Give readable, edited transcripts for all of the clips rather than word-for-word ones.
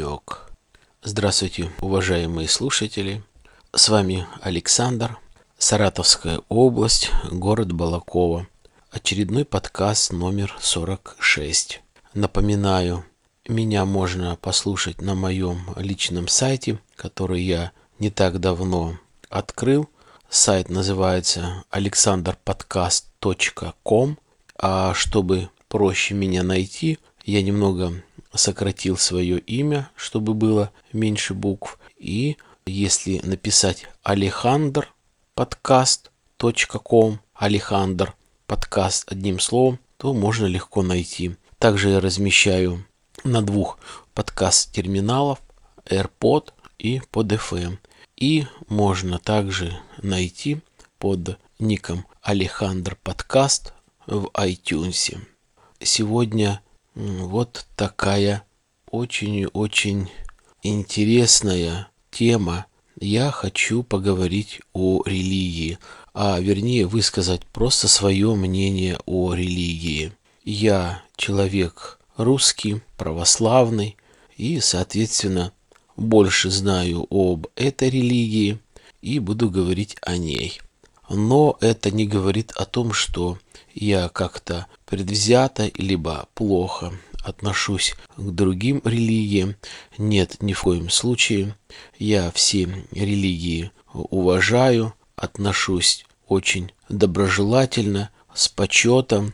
намек. Здравствуйте, уважаемые слушатели. С вами Александр, Саратовская область, город Балаково. Очередной подкаст номер 46. Напоминаю, меня можно послушать на моем личном сайте, который я не так давно открыл. Сайт называется alexanderpodcast.com. А чтобы проще меня найти, я немного сократил свое имя, чтобы было меньше букв. И если написать alexanderpodcast.com, Alexander подкаст одним словом, то можно легко найти. Также я размещаю на двух подкаст-терминалах AirPod и PodFM. И можно также найти под ником Alexander Podcast в iTunes. Сегодня вот такая очень интересная тема. Я хочу поговорить о религии, а вернее высказать просто свое мнение о религии. Я человек русский, православный и, соответственно, больше знаю об этой религии и буду говорить о ней. Но это не говорит о том, что я как-то предвзято либо плохо отношусь к другим религиям. Нет, ни в коем случае. Я все религии уважаю, отношусь очень доброжелательно, с почетом.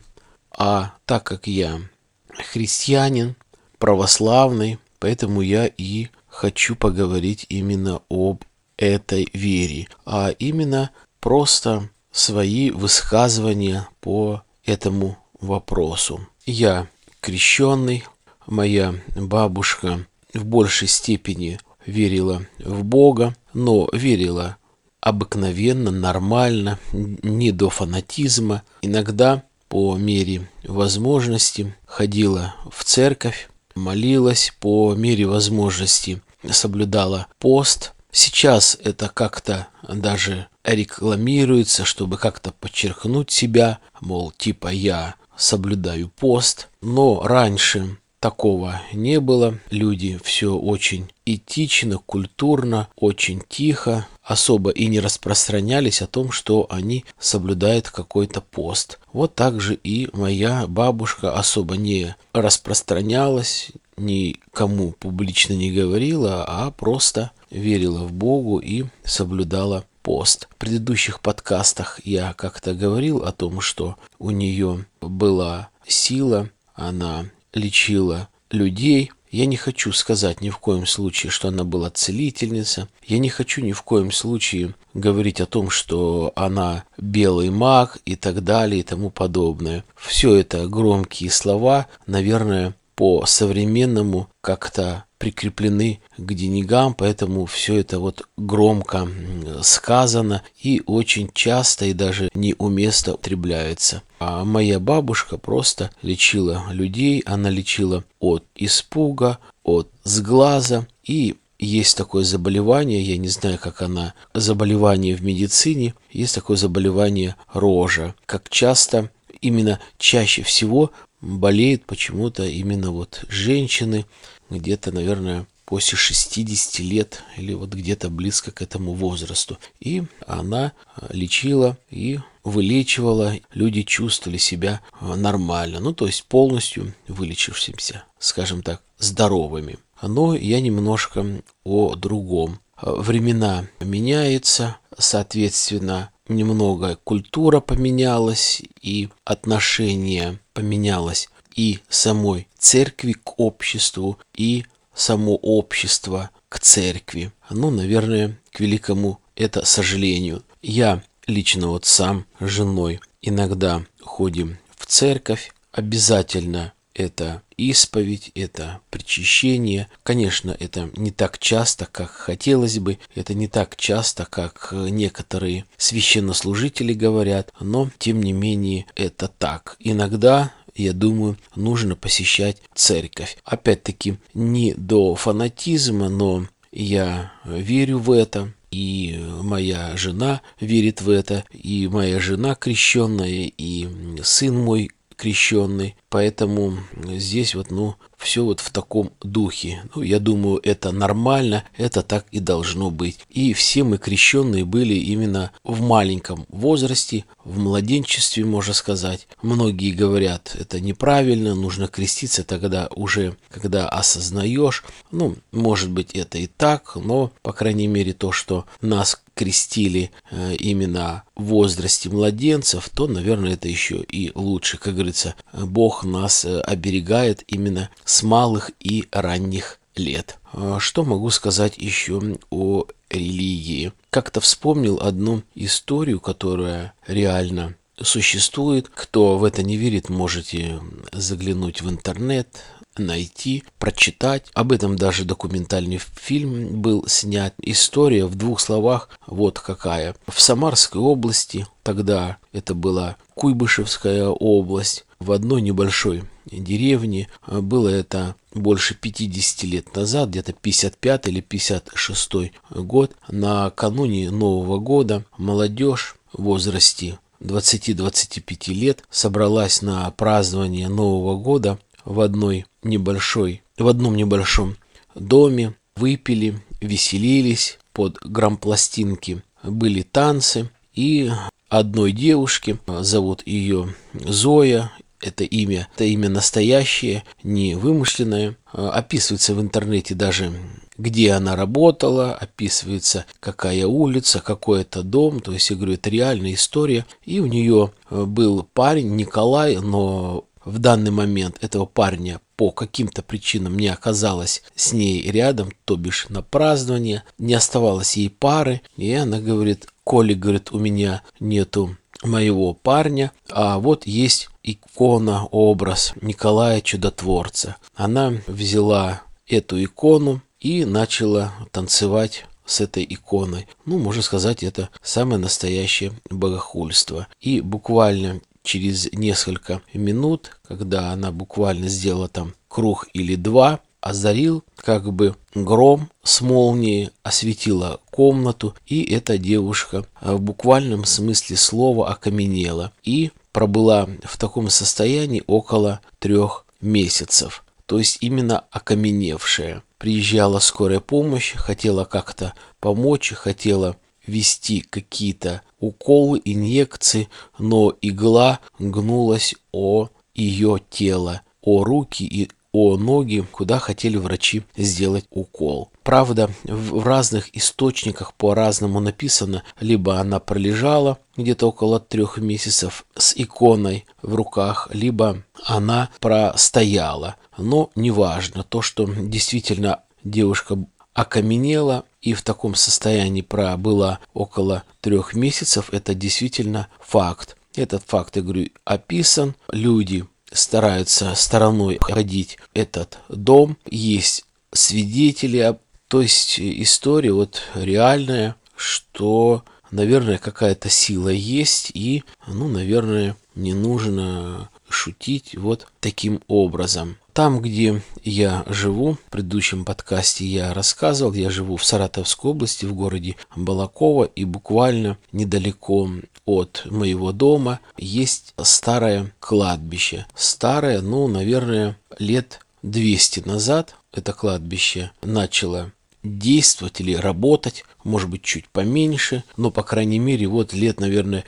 А так как я христианин, православный, поэтому я и хочу поговорить именно об этой вере, а именно просто свои высказывания по этому вопросу. Я крещенный, моя бабушка в большей степени верила в Бога, но верила обыкновенно, нормально, не до фанатизма. Иногда по мере возможности ходила в церковь, молилась по мере возможности, соблюдала пост. Сейчас это как-то даже рекламируется, чтобы как-то подчеркнуть себя, мол, типа я соблюдаю пост. Но раньше такого не было. Люди все очень этично, культурно, очень тихо, особо и не распространялись о том, что они соблюдают какой-то пост. Вот так же и моя бабушка особо не распространялась, никому публично не говорила, а просто верила в Богу и соблюдала пост. В предыдущих подкастах я как-то говорил о том, что у нее была сила, она лечила людей. Я не хочу сказать ни в коем случае, что она была целительница. Я не хочу ни в коем случае говорить о том, что она белый маг и так далее и тому подобное. Все это громкие слова, наверное, по-современному как-то прикреплены к деньгам, поэтому все это вот громко сказано и очень часто и даже неуместно употребляется. А моя бабушка просто лечила людей, она лечила от испуга, от сглаза, и есть такое заболевание, я не знаю, как заболевание в медицине, есть такое заболевание рожа. Как часто, именно чаще всего болеют почему-то именно вот женщины, где-то, наверное, после 60 лет или вот где-то близко к этому возрасту. И она лечила и вылечивала. Люди чувствовали себя нормально, ну то есть полностью вылечившимся, скажем так, здоровыми. Но я немножко о другом. Времена меняются, соответственно, немного культура поменялась и отношение поменялось и самой церкви к обществу, и само общество к церкви. Ну, наверное, к великому это сожалению. Я лично вот сам с женой иногда ходим в церковь, обязательно это исповедь, это причащение. Конечно, это не так часто, как хотелось бы, это не так часто, как некоторые священнослужители говорят, но, тем не менее, это так. Иногда, я думаю, нужно посещать церковь. Опять-таки, не до фанатизма, но я верю в это. И моя жена верит в это, и моя жена крещенная, и сын мой крещенный. Поэтому здесь вот, все вот в таком духе. Ну, я думаю, это нормально, это так и должно быть. И все мы крещенные были именно в маленьком возрасте, в младенчестве, можно сказать. Многие говорят, это неправильно, нужно креститься тогда уже, когда осознаешь. Ну, может быть, это и так, но, по крайней мере, то, что нас крестили именно в возрасте младенцев, то, наверное, это еще и лучше. Как говорится, Бог нас оберегает именно с малых и ранних лет. Что могу сказать еще о религии? Как-то вспомнил одну историю, которая реально существует. Кто в это не верит, можете заглянуть в интернет, найти, прочитать. Об этом даже документальный фильм был снят. История в 2 словах вот какая. В Самарской области, тогда это была Куйбышевская область, в одной небольшой деревне, было это больше 50 лет назад, где-то 55 или 56 год, накануне Нового года молодежь в возрасте 20-25 лет собралась на празднование Нового года в одном небольшом доме, выпили, веселились, под грампластинки были танцы, и одной девушке, зовут ее Зоя, это имя настоящее, не вымышленное, описывается в интернете даже, где она работала, описывается, какая улица, какой это дом, то есть, я говорю, это реальная история, и у нее был парень Николай, но в данный момент этого парня по каким-то причинам не оказалось с ней рядом, то бишь на празднование, не оставалось ей пары, и она говорит: «Коли, говорит, у меня нету моего парня, а вот есть икона, образ Николая Чудотворца». Она взяла эту икону и начала танцевать с этой иконой. Ну, можно сказать, это самое настоящее богохульство. И буквально через несколько минут, когда она буквально сделала там круг или 2, озарил как бы гром с молнией, осветила комнату, и эта девушка в буквальном смысле слова окаменела и пробыла в таком состоянии около 3 месяцев. То есть именно окаменевшая. Приезжала скорая помощь, хотела как-то помочь, хотела ввести какие-то уколы, инъекции, но игла гнулась о ее тело, о руки и о ноги, куда хотели врачи сделать укол. Правда, в разных источниках по-разному написано, либо она пролежала где-то около 3 месяцев с иконой в руках, либо она простояла. Но неважно, то, что действительно девушка окаменела и в таком состоянии пробыла около 3 месяцев, это действительно факт. Этот факт, я говорю, описан. Люди стараются стороной ходить этот дом. Есть свидетели, то есть история вот реальная, что, наверное, какая-то сила есть, и, наверное, не нужно шутить вот таким образом. Там, где я живу, в предыдущем подкасте я рассказывал, я живу в Саратовской области, в городе Балаково, и буквально недалеко от моего дома есть старое кладбище. Старое, наверное, лет 200 назад это кладбище начало действовать или работать, может быть, чуть поменьше, но, по крайней мере, вот лет, наверное,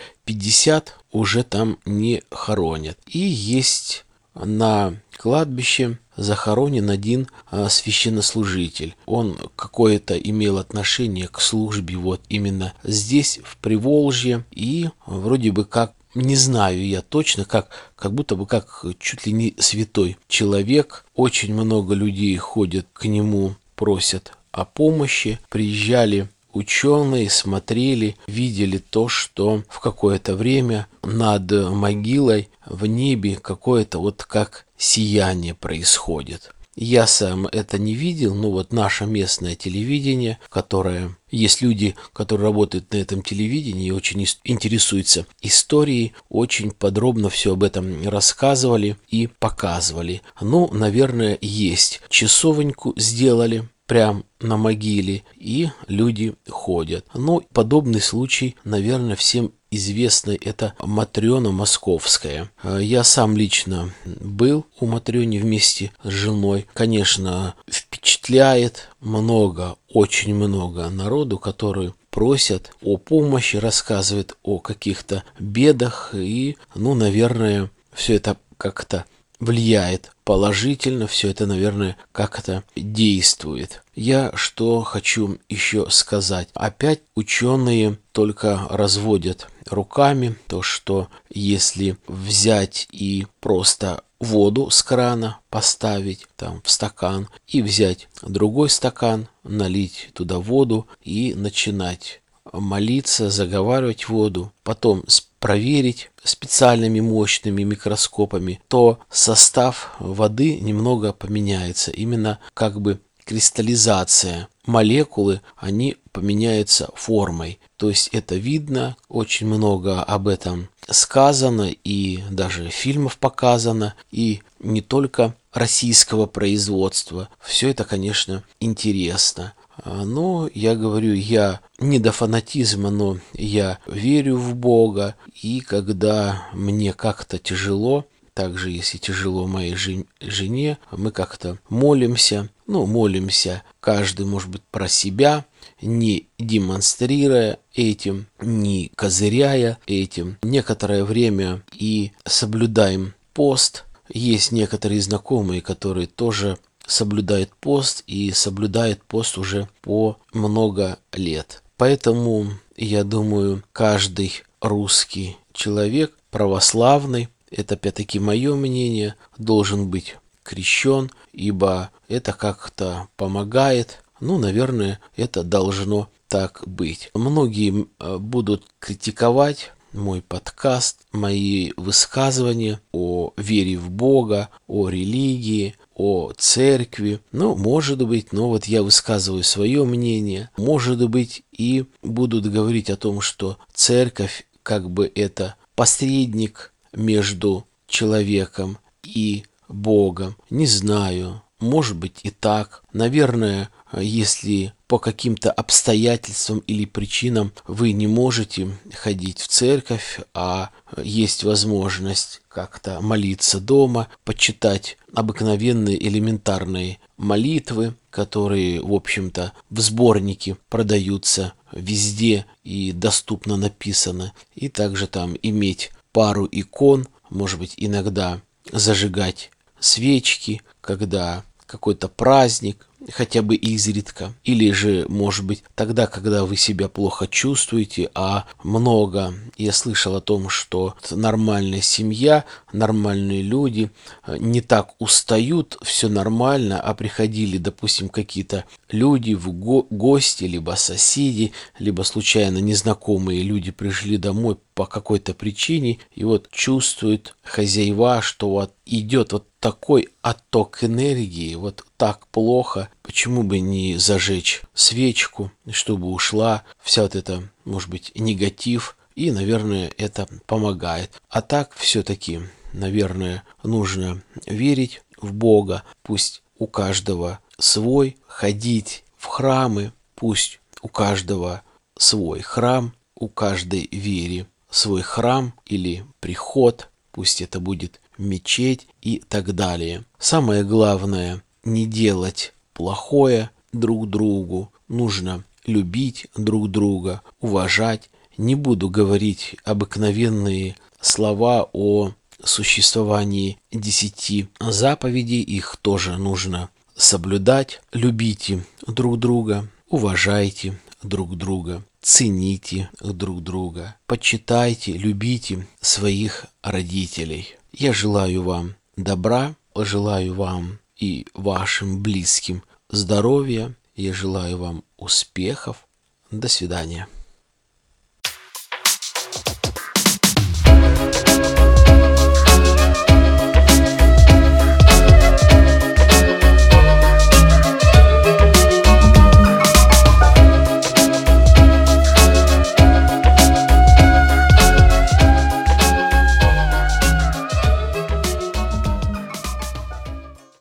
50 уже там не хоронят. И есть на кладбище захоронен один священнослужитель. Он какое-то имел отношение к службе вот именно здесь, в Приволжье, и вроде бы как, не знаю я точно, как будто бы как чуть ли не святой человек. Очень много людей ходят к нему, просят о помощи. Приезжали ученые, смотрели, видели то, что в какое-то время над могилой в небе какое-то вот как сияние происходит. Я сам это не видел, но вот наше местное телевидение, которое... Есть люди, которые работают на этом телевидении и очень интересуются историей, очень подробно все об этом рассказывали и показывали. Наверное, есть. Часовеньку сделали прям на могиле, и люди ходят. Ну, подобный случай, наверное, всем известный, это Матрена Московская. Я сам лично был у Матрены вместе с женой. Конечно, впечатляет много, очень много народу, которые просят о помощи, рассказывают о каких-то бедах, и, наверное, все это как-то влияет положительно, все это, наверное, как-то действует. Я что хочу еще сказать. Опять ученые только разводят руками, то что если взять и просто воду с крана поставить там в стакан и взять другой стакан, налить туда воду и начинать молиться, заговаривать воду, потом проверить специальными мощными микроскопами, то состав воды немного поменяется. Именно как бы кристаллизация. Молекулы, они поменяются формой. То есть это видно, очень много об этом сказано, и даже фильмов показано, и не только российского производства. Все это, конечно, интересно. Но я говорю, я не до фанатизма, но я верю в Бога, и когда мне как-то тяжело, также если тяжело моей жене, мы как-то молимся, молимся каждый, может быть, про себя, не демонстрируя этим, не козыряя этим. Некоторое время и соблюдаем пост. Есть некоторые знакомые, которые тоже соблюдает пост и соблюдает пост уже по много лет. Поэтому, я думаю, каждый русский человек православный, это опять-таки мое мнение, должен быть крещен, ибо это как-то помогает. Наверное, это должно так быть. Многие будут критиковать мой подкаст, мои высказывания о вере в Бога, о религии, о церкви. Может быть, вот я высказываю свое мнение. Может быть, и будут говорить о том, что церковь как бы это посредник между человеком и Богом. Не знаю. Может быть и так. Наверное, если по каким-то обстоятельствам или причинам вы не можете ходить в церковь, а есть возможность как-то молиться дома, почитать обыкновенные элементарные молитвы, которые, в общем-то, в сборнике продаются везде и доступно написано, и также там иметь пару икон, может быть, иногда зажигать свечки, когда какой-то праздник, хотя бы изредка. Или же, может быть, тогда, когда вы себя плохо чувствуете, а много. Я слышал о том, что нормальная семья, нормальные люди не так устают, все нормально, а приходили, допустим, какие-то люди в гости, либо соседи, либо случайно незнакомые люди пришли домой по какой-то причине, и вот чувствуют хозяева, что вот идет вот такой отток энергии, вот так плохо, почему бы не зажечь свечку, чтобы ушла вся вот эта, может быть, негатив, и, наверное, это помогает. А так все-таки, наверное, нужно верить в Бога, пусть у каждого свой, ходить в храмы, пусть у каждого свой храм, у каждой вере свой храм или приход, пусть это будет мечеть и так далее. Самое главное, не делать плохое друг другу, нужно любить друг друга, уважать. Не буду говорить обыкновенные слова о существовании 10 заповедей, их тоже нужно соблюдать. Любите друг друга, уважайте друг друга, цените друг друга, почитайте, любите своих родителей. Я желаю вам добра, желаю вам и вашим близким здоровья, я желаю вам успехов. До свидания.